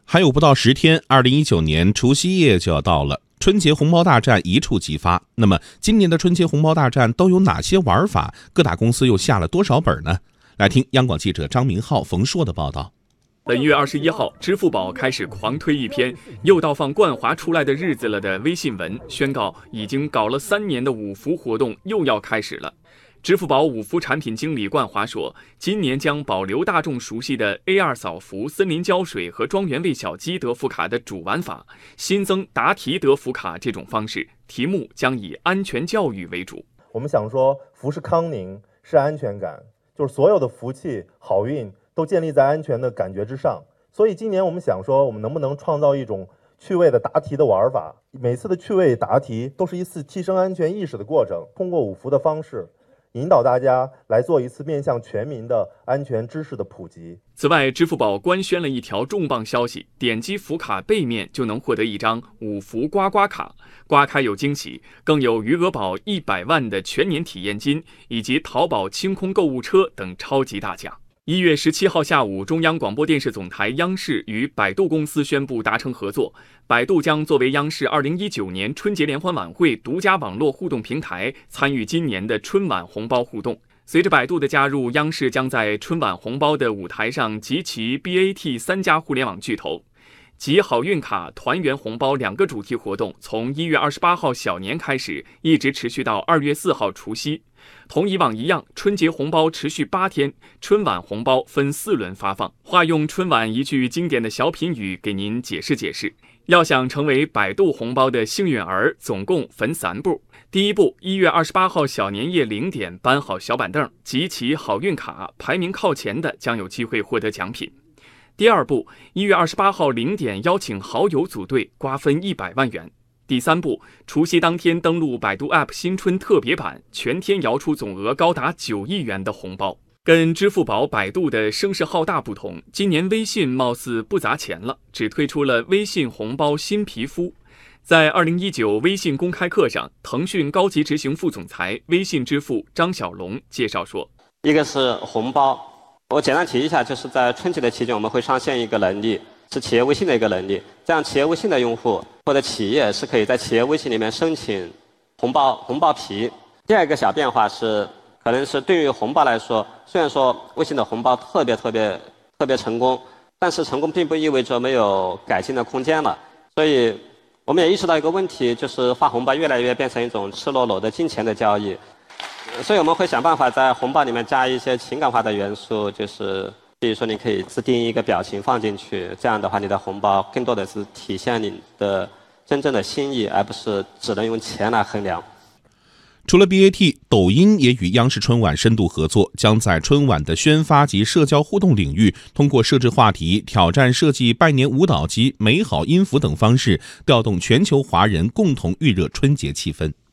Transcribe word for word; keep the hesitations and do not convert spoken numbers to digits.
还有不到十天，二零一九年除夕夜就要到了，春节红包大战一触即发。那么今年的春节红包大战都有哪些玩法？各大公司又下了多少本呢？来听央广记者张明浩、冯硕的报道。 本月二十一号，支付宝开始狂推一篇又到放冠华出来的日子了的微信文，宣告已经搞了三年的五福活动又要开始了。支付宝五福产品经理冠华说，今年将保留大众熟悉的 A 二 扫福、森林胶水和庄园味小鸡得福卡的主玩法，新增答题得福卡这种方式，题目将以安全教育为主。 我们想说，福是康宁，是安全感，就是所有的福气、好运都建立在安全的感觉之上。所以今年我们想说，我们能不能创造一种趣味的答题的玩法？每次的趣味答题都是一次提升安全意识的过程，通过五福的方式引导大家来做一次面向全民的安全知识的普及。 此外，支付宝官宣了一条重磅消息，点击福卡背面就能获得一张五福刮刮卡，刮开有惊喜，更有余额宝一百万的全年体验金，以及淘宝清空购物车等超级大奖。一月十七号下午，中央广播电视总台央视与百度公司宣布达成合作，百度将作为央视二零一九年春节联欢晚会独家网络互动平台，参与今年的春晚红包互动。随着百度的加入，央视将在春晚红包的舞台上集齐 B A T 三家互联网巨头。集好运卡、团圆红包两个主题活动从一月二十八号小年开始，一直持续到二月四号除夕。同以往一样，春节红包持续八天，春晚红包分四轮发放。化用春晚一句经典的小品语给您解释解释：要想成为百度红包的幸运儿，总共分三步。第一步，一月二十八号小年夜零点搬好小板凳，集齐好运卡，排名靠前的将有机会获得奖品。第二步，一月二十八号零点邀请好友组队，瓜分一百万元。第三步，除夕当天登录百度 App 新春特别版，全天摇出总额高达九亿元的红包。跟支付宝、百度的声势浩大不同，今年微信貌似不砸钱了，只推出了微信红包新皮肤。在二零一九微信公开课上，腾讯高级执行副总裁、微信支付张小龙介绍说， 一个是红包，我简单提一下，就是在春节的期间，我们会上线一个能力，是企业微信的一个能力。这样企业微信的用户或者企业是可以在企业微信里面申请红包红包皮。第二个小变化是，可能是对于红包来说，虽然说微信的红包特别特别特别成功，但是成功并不意味着没有改进的空间了。所以我们也意识到一个问题，就是发红包越来越变成一种赤裸裸的金钱的交易。所以我们会想办法在红包里面加一些情感化的元素，就是比如说你可以自定义一个表情放进去，这样的话你的红包更多的是体现你的真正的心意，而不是只能用钱来衡量。 除了 B A T， 抖音也与央视春晚深度合作，将在春晚的宣发及社交互动领域，通过设置话题、挑战设计拜年舞蹈及美好音符等方式，调动全球华人共同预热春节气氛。